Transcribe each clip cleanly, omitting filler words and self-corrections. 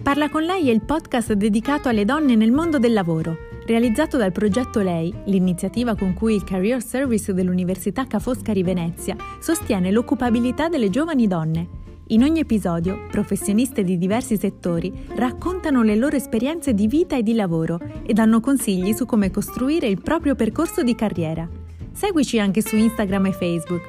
Parla con lei è il podcast dedicato alle donne nel mondo del lavoro, realizzato dal progetto Lei, l'iniziativa con cui il Career Service dell'Università Ca' Foscari Venezia sostiene l'occupabilità delle giovani donne. In ogni episodio, professioniste di diversi settori raccontano le loro esperienze di vita e di lavoro e danno consigli su come costruire il proprio percorso di carriera. Seguici anche su Instagram e Facebook.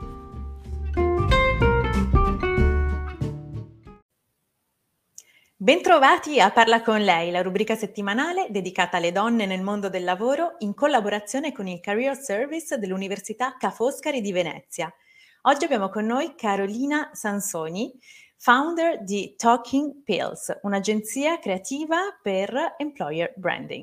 Bentrovati a Parla con lei, la rubrica settimanale dedicata alle donne nel mondo del lavoro in collaborazione con il Career Service dell'Università Ca' Foscari di Venezia. Oggi abbiamo con noi Carolina Sansoni, founder di Talking Pills, un'agenzia creativa per employer branding.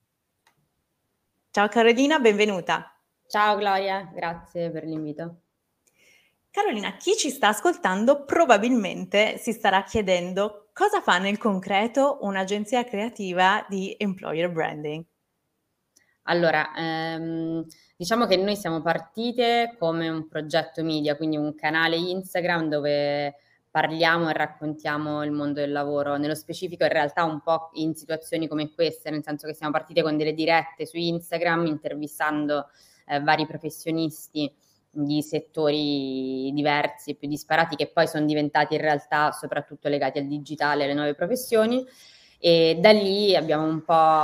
Ciao Carolina, benvenuta. Ciao Gloria, grazie per l'invito. Carolina, chi ci sta ascoltando probabilmente si starà chiedendo cosa fa nel concreto un'agenzia creativa di employer branding. Allora, diciamo che noi siamo partite come un progetto media, quindi un canale Instagram dove parliamo e raccontiamo il mondo del lavoro, nello specifico in realtà un po' in situazioni come queste, nel senso che siamo partite con delle dirette su Instagram intervistando vari professionisti di settori diversi e più disparati che poi sono diventati in realtà soprattutto legati al digitale, alle nuove professioni, e da lì abbiamo un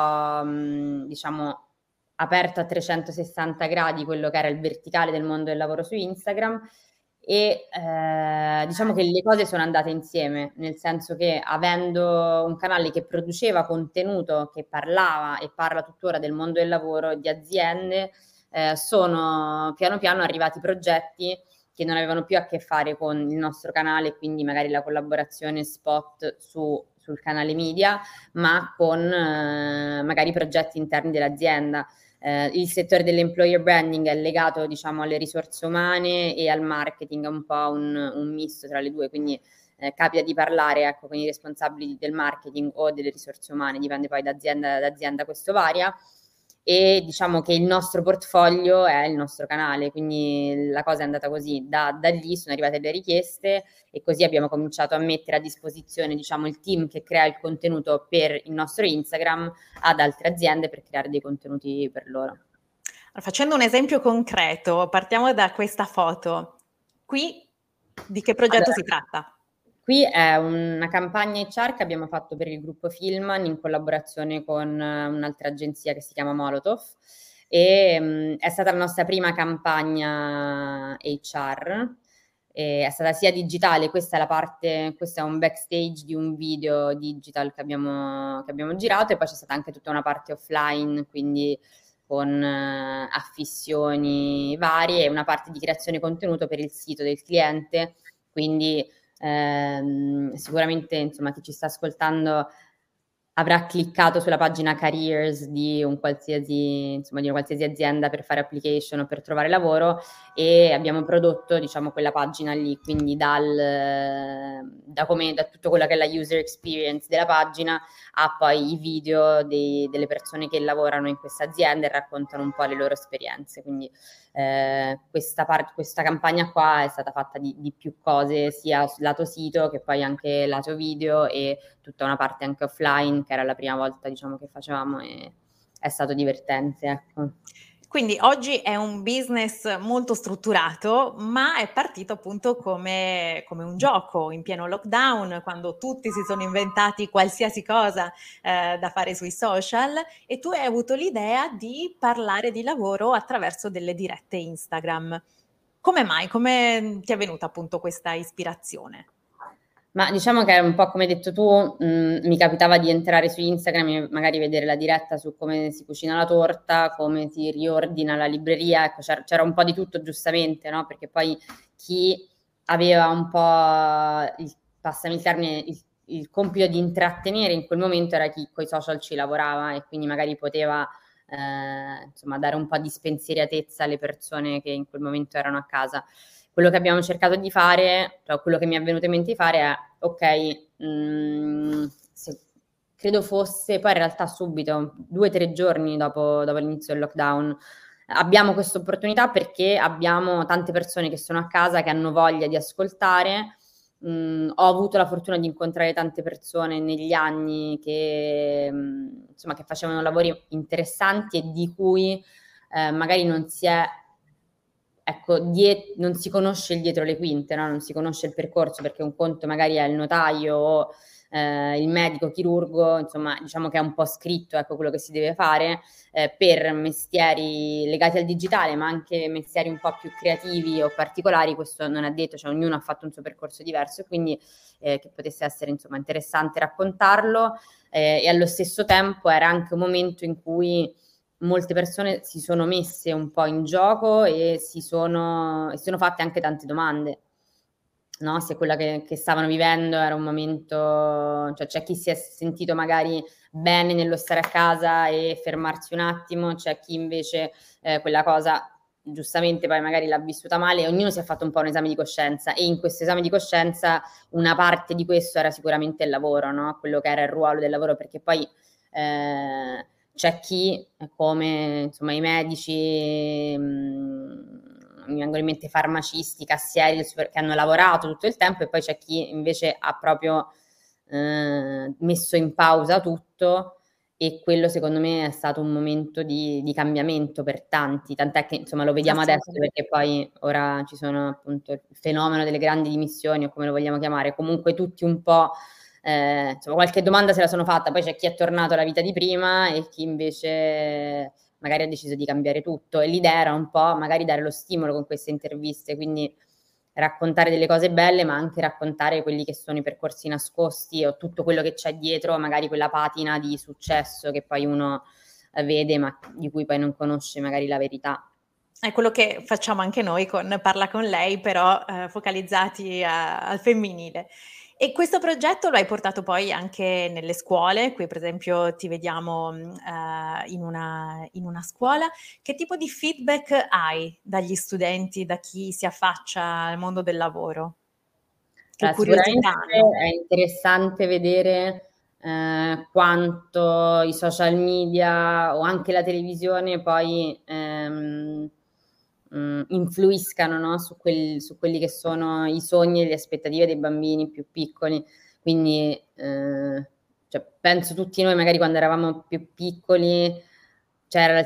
po' diciamo aperto a 360 gradi quello che era il verticale del mondo del lavoro su Instagram e diciamo che le cose sono andate insieme, nel senso che avendo un canale che produceva contenuto che parlava e parla tuttora del mondo del lavoro e di aziende, sono piano piano arrivati progetti che non avevano più a che fare con il nostro canale, quindi magari la collaborazione spot sul canale media, ma con magari progetti interni dell'azienda. Il settore dell'employer branding è legato, diciamo, alle risorse umane e al marketing, è un po' un misto tra le due, quindi capita di parlare, ecco, con i responsabili del marketing o delle risorse umane, dipende poi da azienda ad azienda, questo varia. E diciamo che il nostro portfolio è il nostro canale, quindi la cosa è andata così, da lì sono arrivate le richieste e così abbiamo cominciato a mettere a disposizione, diciamo, il team che crea il contenuto per il nostro Instagram ad altre aziende per creare dei contenuti per loro. Facendo un esempio concreto, partiamo da questa foto. Qui di che progetto si tratta? Qui è una campagna HR che abbiamo fatto per il gruppo Filman in collaborazione con un'altra agenzia che si chiama Molotov e è stata la nostra prima campagna HR. È stata sia digitale, questa è un backstage di un video digital che abbiamo girato, e poi c'è stata anche tutta una parte offline, quindi con affissioni varie e una parte di creazione contenuto per il sito del cliente, quindi sicuramente, insomma, chi ci sta ascoltando avrà cliccato sulla pagina careers di una qualsiasi azienda per fare application o per trovare lavoro, e abbiamo prodotto, diciamo, quella pagina lì, quindi da tutto quello che è la user experience della pagina a poi i video delle persone che lavorano in questa azienda e raccontano un po' le loro esperienze. Quindi questa campagna qua è stata fatta di più cose, sia sul lato sito che poi anche lato video, e tutta una parte anche offline che era la prima volta, diciamo, che facevamo, e è stato divertente, ecco. Quindi oggi è un business molto strutturato, ma è partito appunto come un gioco in pieno lockdown, quando tutti si sono inventati qualsiasi cosa da fare sui social, e tu hai avuto l'idea di parlare di lavoro attraverso delle dirette Instagram. Come mai? Come ti è venuta appunto questa ispirazione? Ma diciamo che è un po' come hai detto tu, mi capitava di entrare su Instagram e magari vedere la diretta su come si cucina la torta, come si riordina la libreria, ecco, c'era un po' di tutto, giustamente, no? Perché poi chi aveva un po' passami il termine, il compito di intrattenere in quel momento era chi coi social ci lavorava, e quindi magari poteva insomma dare un po' di spensieratezza alle persone che in quel momento erano a casa. Quello che abbiamo cercato di fare, cioè quello che mi è venuto in mente di fare è, credo fosse poi in realtà subito, 2 o 3 giorni dopo l'inizio del lockdown, abbiamo questa opportunità perché abbiamo tante persone che sono a casa, che hanno voglia di ascoltare, ho avuto la fortuna di incontrare tante persone negli anni che, insomma, che facevano lavori interessanti e di cui magari non si è, ecco, non si conosce il dietro le quinte, no? Non si conosce il percorso, perché un conto magari è il notaio o il medico chirurgo, insomma, diciamo che è un po' scritto, ecco, quello che si deve fare per mestieri legati al digitale, ma anche mestieri un po' più creativi o particolari. Questo non è detto, cioè ognuno ha fatto un suo percorso diverso, e quindi che potesse essere, insomma, interessante raccontarlo, e allo stesso tempo era anche un momento in cui molte persone si sono messe un po' in gioco e si sono fatte anche tante domande, no? Se quella che stavano vivendo era un momento, cioè c'è chi si è sentito magari bene nello stare a casa e fermarsi un attimo, c'è chi invece quella cosa giustamente poi magari l'ha vissuta male, e ognuno si è fatto un po' un esame di coscienza, e in questo esame di coscienza una parte di questo era sicuramente il lavoro, no? Quello che era il ruolo del lavoro, perché poi c'è chi, come insomma i medici, mi vengono in mente farmacisti, cassieri che hanno lavorato tutto il tempo, e poi c'è chi invece ha proprio messo in pausa tutto, e quello secondo me è stato un momento di cambiamento per tanti, tant'è che insomma lo vediamo adesso, perché poi ora ci sono appunto il fenomeno delle grandi dimissioni, o come lo vogliamo chiamare, comunque tutti un po', insomma, qualche domanda se la sono fatta, poi c'è chi è tornato alla vita di prima e chi invece magari ha deciso di cambiare tutto, e l'idea era un po' magari dare lo stimolo con queste interviste, quindi raccontare delle cose belle, ma anche raccontare quelli che sono i percorsi nascosti o tutto quello che c'è dietro, magari quella patina di successo che poi uno vede, ma di cui poi non conosce magari la verità. È quello che facciamo anche noi con Parla con lei, però focalizzati al femminile. E questo progetto lo hai portato poi anche nelle scuole, qui per esempio ti vediamo in una scuola. Che tipo di feedback hai dagli studenti, da chi si affaccia al mondo del lavoro? Che curiosità Sicuramente hanno? è interessante vedere quanto i social media o anche la televisione poi influiscano, no? Su quelli che sono i sogni e le aspettative dei bambini più piccoli. Quindi cioè, penso tutti noi magari quando eravamo più piccoli c'era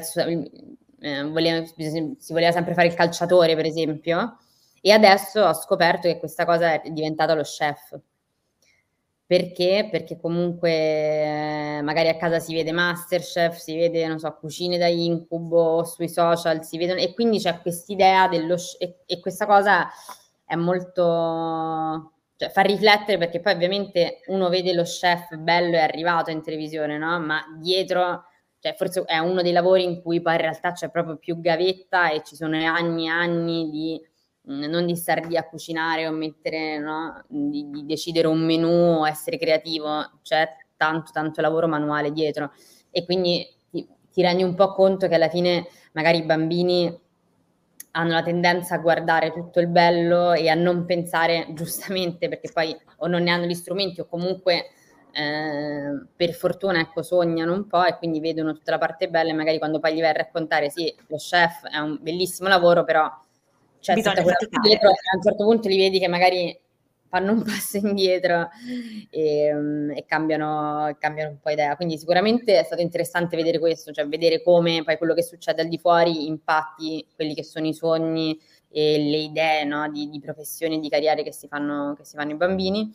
si voleva sempre fare il calciatore, per esempio, e adesso ho scoperto che questa cosa è diventata lo chef. Perché? Perché comunque magari a casa si vede MasterChef, si vede, non so, Cucine da Incubo, sui social si vedono, e quindi c'è quest'idea e questa cosa è molto, cioè fa riflettere, perché poi ovviamente uno vede lo chef bello e arrivato in televisione, no? Ma dietro, cioè forse è uno dei lavori in cui poi in realtà c'è proprio più gavetta, e ci sono anni e anni di non di star lì a cucinare o mettere, no? Di decidere un menù o essere creativo, c'è tanto tanto lavoro manuale dietro, e quindi ti rendi un po' conto che alla fine magari i bambini hanno la tendenza a guardare tutto il bello e a non pensare, giustamente, perché poi o non ne hanno gli strumenti o comunque per fortuna ecco sognano un po', e quindi vedono tutta la parte bella, e magari quando poi gli vai a raccontare sì, lo chef è un bellissimo lavoro, però c'è tutta Bisogna quella parte faticare. dietro, e a un certo punto li vedi che magari fanno un passo indietro e cambiano un po' idea. Quindi sicuramente è stato interessante vedere questo, cioè vedere come poi quello che succede al di fuori impatti quelli che sono i sogni e le idee, no? di professioni e di carriere che si fanno i bambini.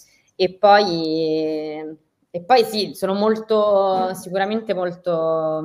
E poi sì, sono sicuramente molto,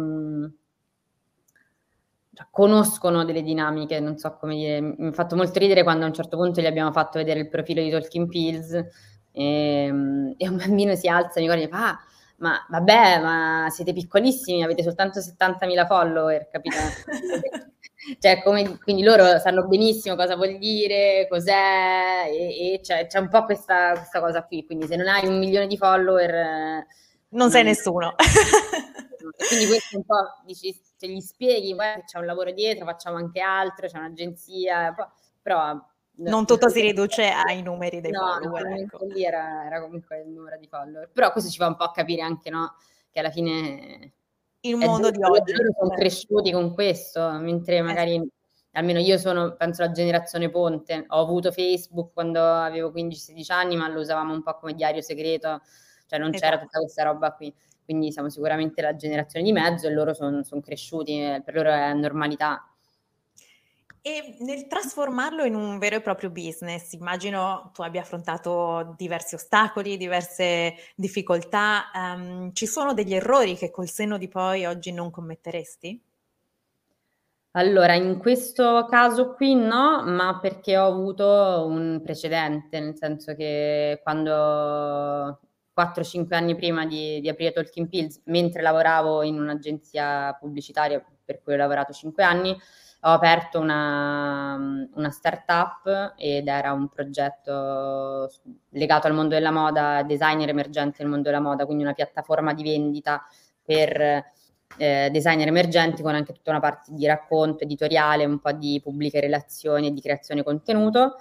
cioè, conoscono delle dinamiche, non so come dire. Mi ha fatto molto ridere quando a un certo punto gli abbiamo fatto vedere il profilo di Talking Pills, e un bambino si alza e mi guarda e fa: "Ah, ma vabbè, ma siete piccolissimi, avete soltanto 70.000 follower", capito? Cioè, quindi loro sanno benissimo cosa vuol dire, cos'è, e c'è un po' questa cosa qui. Quindi se non hai 1 milione di follower, Non sei nessuno. e quindi questo un po' dici, se gli spieghi, guarda che c'è un lavoro dietro, facciamo anche altro, c'è un'agenzia, però Non in tutto quel si riduce ai numeri dei no, in follower, quel ecco. momento lì era comunque il numero di follower. Però questo ci fa un po' capire anche, no, che alla fine Il è mondo duro, di oggi, loro son cresciuti con questo, mentre magari almeno io sono, penso, la generazione ponte. Ho avuto Facebook quando avevo 15-16 anni, ma lo usavamo un po' come diario segreto, cioè non c'era tutta Esatto. questa roba qui. Quindi siamo sicuramente la generazione di mezzo e loro sono cresciuti, per loro è normalità. E nel trasformarlo in un vero e proprio business, immagino tu abbia affrontato diversi ostacoli, diverse difficoltà. Ci sono degli errori che col senno di poi oggi non commetteresti? Allora, in questo caso qui no, ma perché ho avuto un precedente, nel senso che quando 4-5 anni prima di aprire Talking Pills, mentre lavoravo in un'agenzia pubblicitaria per cui ho lavorato 5 anni, ho aperto una startup ed era un progetto legato al mondo della moda, designer emergente nel mondo della moda, quindi una piattaforma di vendita per designer emergenti con anche tutta una parte di racconto editoriale, un po' di pubbliche relazioni e di creazione contenuto,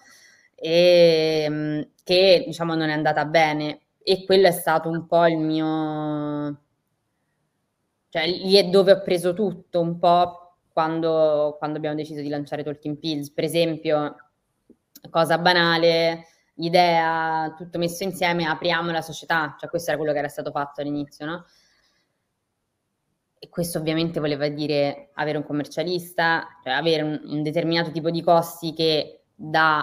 e che diciamo non è andata bene. E quello è stato un po' il mio, cioè lì è dove ho preso tutto, un po' quando abbiamo deciso di lanciare Talking Pills. Per esempio, cosa banale, idea, tutto messo insieme, apriamo la società, cioè questo era quello che era stato fatto all'inizio, no? E questo ovviamente voleva dire avere un commercialista, cioè avere un determinato tipo di costi che da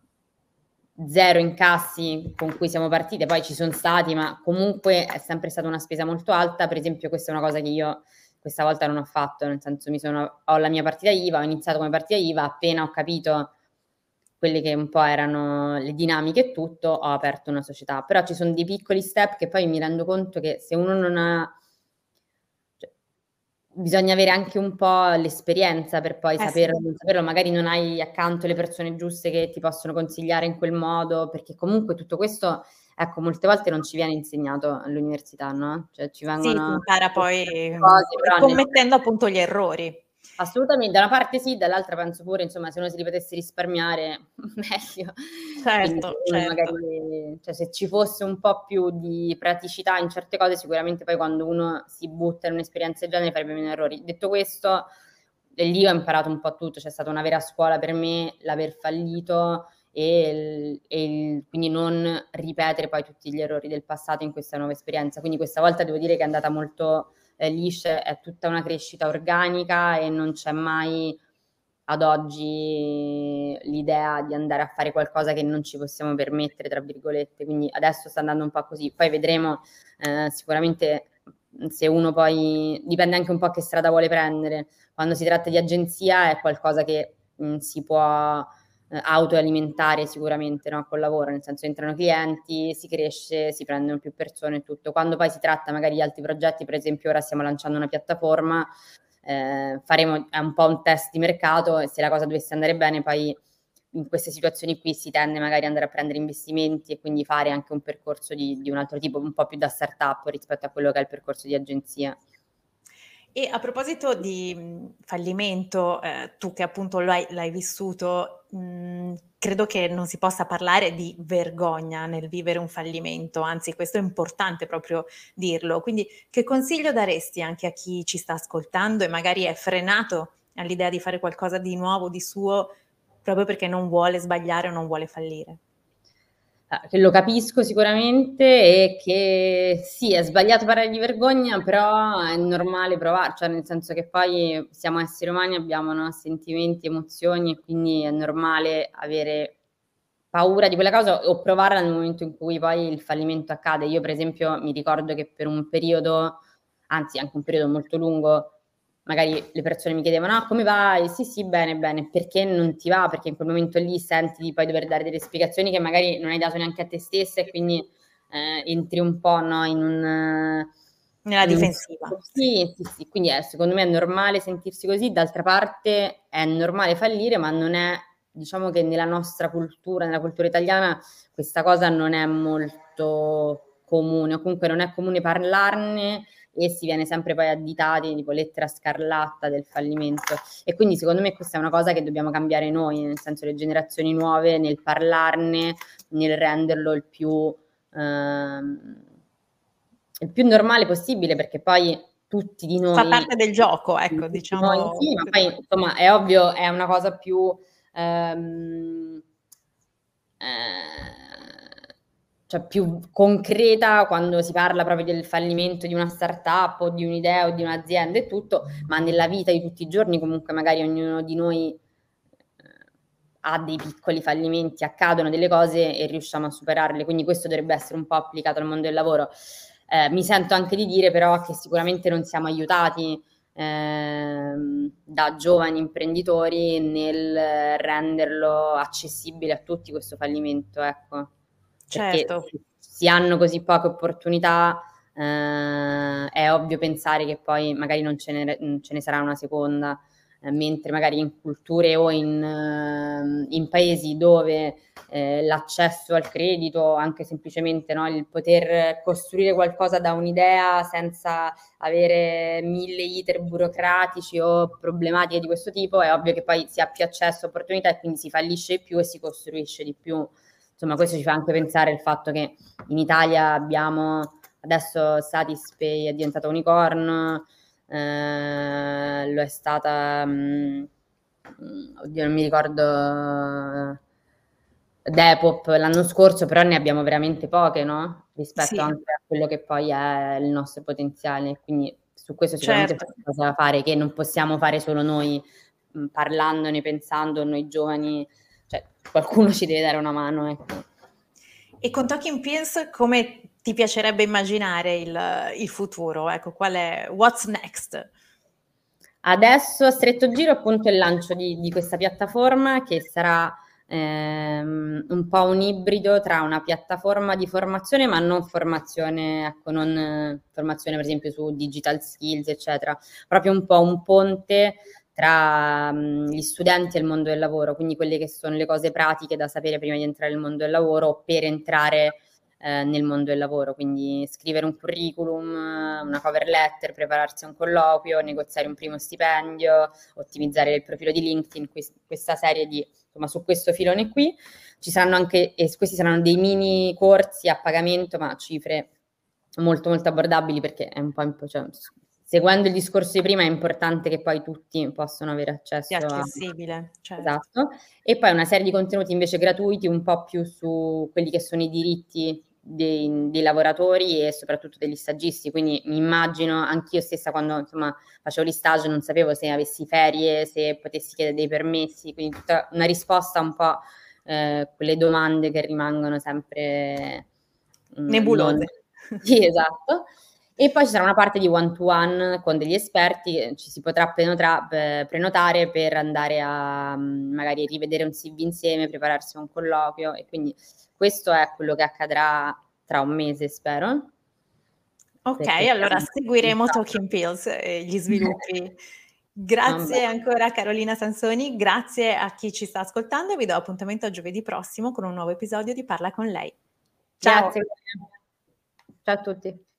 zero incassi con cui siamo partite, poi ci sono stati, ma comunque è sempre stata una spesa molto alta. Per esempio, questa è una cosa che io questa volta non ho fatto, nel senso ho la mia partita IVA, ho iniziato come partita IVA, appena ho capito quelle che un po' erano le dinamiche e tutto, ho aperto una società. Però ci sono dei piccoli step che poi mi rendo conto che se uno non ha, cioè, bisogna avere anche un po' l'esperienza per poi Eh sì. saperlo, non saperlo, magari non hai accanto le persone giuste che ti possono consigliare in quel modo, perché comunque tutto questo, ecco, molte volte non ci viene insegnato all'università, no? Cioè ci Sì, si vengono impara poi, cose, però commettendo appunto gli errori. assolutamente, da una parte sì, dall'altra penso pure, insomma, se uno si potesse risparmiare meglio. Quindi Certo, se uno certo. magari, cioè se ci fosse un po' più di praticità in certe cose, sicuramente poi quando uno si butta in un'esperienza del genere farebbe meno errori. Detto questo, lì ho imparato un po' tutto, c'è stata una vera scuola per me l'aver fallito quindi non ripetere poi tutti gli errori del passato in questa nuova esperienza. Quindi questa volta devo dire che è andata molto liscia, è tutta una crescita organica e non c'è mai ad oggi l'idea di andare a fare qualcosa che non ci possiamo permettere, tra virgolette. Quindi adesso sta andando un po' così. Poi vedremo sicuramente se uno poi dipende anche un po' che strada vuole prendere. Quando si tratta di agenzia è qualcosa che si può autoalimentare sicuramente, no? Col lavoro, nel senso entrano clienti, si cresce, si prendono più persone e tutto. Quando poi si tratta magari di altri progetti, per esempio ora stiamo lanciando una piattaforma, faremo un po' un test di mercato e se la cosa dovesse andare bene poi in queste situazioni qui si tende magari ad andare a prendere investimenti e quindi fare anche un percorso di un altro tipo, un po' più da startup rispetto a quello che è il percorso di agenzia. E a proposito di, fallimento, tu che appunto l'hai vissuto, credo che non si possa parlare di vergogna nel vivere un fallimento, anzi questo è importante proprio dirlo. Quindi che consiglio daresti anche a chi ci sta ascoltando e magari è frenato all'idea di fare qualcosa di nuovo, di suo, proprio perché non vuole sbagliare o non vuole fallire? Che lo capisco sicuramente e che sì, è sbagliato parlare di vergogna, però è normale provare, cioè nel senso che poi siamo esseri umani, abbiamo, no, sentimenti, emozioni e quindi è normale avere paura di quella cosa o provarla nel momento in cui poi il fallimento accade. Io per esempio mi ricordo che per un periodo, anzi anche un periodo molto lungo, magari le persone mi chiedevano: "Ah, come vai?" "Sì, sì, bene, bene." "Perché non ti va?" Perché in quel momento lì senti di poi dover dare delle spiegazioni che magari non hai dato neanche a te stessa e quindi, entri un po', no, Nella in un difensiva, sì. sì, sì, sì. Quindi secondo me è normale sentirsi così, d'altra parte è normale fallire, ma non è, diciamo che nella nostra cultura, nella cultura italiana, questa cosa non è molto comune, o comunque non è comune parlarne e si viene sempre poi additati, tipo lettera scarlatta del fallimento. E quindi secondo me questa è una cosa che dobbiamo cambiare noi, nel senso le generazioni nuove, nel parlarne, nel renderlo il più normale possibile, perché poi tutti di Fa noi, parte del gioco, ecco, tutti diciamo. noi sì, ma poi insomma è ovvio, è una cosa più cioè più concreta quando si parla proprio del fallimento di una startup o di un'idea o di un'azienda e tutto, ma nella vita di tutti i giorni comunque magari ognuno di noi ha dei piccoli fallimenti, accadono delle cose e riusciamo a superarle, quindi questo dovrebbe essere un po' applicato al mondo del lavoro. Mi sento anche di dire però che sicuramente non siamo aiutati da giovani imprenditori nel renderlo accessibile a tutti questo fallimento, ecco. Perché Certo. si hanno così poche opportunità, è ovvio pensare che poi magari non ce ne sarà una seconda, mentre magari in culture o in paesi dove l'accesso al credito, anche semplicemente no, il poter costruire qualcosa da un'idea senza avere 1000 iter burocratici o problematiche di questo tipo, è ovvio che poi si ha più accesso a opportunità e quindi si fallisce di più e si costruisce di più. Insomma, questo ci fa anche pensare il fatto che in Italia abbiamo adesso Satispay è diventato unicorn, lo è stata oddio non mi ricordo Depop l'anno scorso, però ne abbiamo veramente poche, no? Rispetto Sì. anche a quello che poi è il nostro potenziale, quindi su questo sicuramente Certo. c'è qualcosa da fare che non possiamo fare solo noi, parlandone, pensando, noi giovani, cioè qualcuno ci deve dare una mano, ecco. E con Talking Pills come ti piacerebbe immaginare il futuro? Ecco, qual è what's next? Adesso a stretto giro appunto il lancio di questa piattaforma che sarà un po' un ibrido tra una piattaforma di formazione, ma non formazione, ecco, non formazione per esempio su digital skills, eccetera, proprio un po' un ponte tra gli studenti e il mondo del lavoro, quindi quelle che sono le cose pratiche da sapere prima di entrare nel mondo del lavoro o per entrare nel mondo del lavoro, quindi scrivere un curriculum, una cover letter, prepararsi a un colloquio, negoziare un primo stipendio, ottimizzare il profilo di LinkedIn, questa serie di, insomma, su questo filone qui. Ci saranno anche, e questi saranno dei mini corsi a pagamento, ma cifre molto molto abbordabili perché è un po', cioè, seguendo il discorso di prima è importante che poi tutti possano avere accesso Sia accessibile, certo. Esatto. E poi una serie di contenuti invece gratuiti un po' più su quelli che sono i diritti dei lavoratori e soprattutto degli stagisti, quindi mi immagino anch'io stessa quando insomma facevo gli stage non sapevo se avessi ferie, se potessi chiedere dei permessi, quindi tutta una risposta un po' quelle domande che rimangono sempre nebulose. Sì, esatto. E poi ci sarà una parte di one to one con degli esperti, ci si potrà prenotare per andare a magari rivedere un CV insieme, prepararsi a un colloquio e quindi questo è quello che accadrà tra un mese, spero. Ok, allora seguiremo Talking Pills e gli sviluppi. Grazie ancora Carolina Sansoni, grazie a chi ci sta ascoltando e vi do appuntamento a giovedì prossimo con un nuovo episodio di Parla con lei. Ciao! Grazie. Ciao a tutti.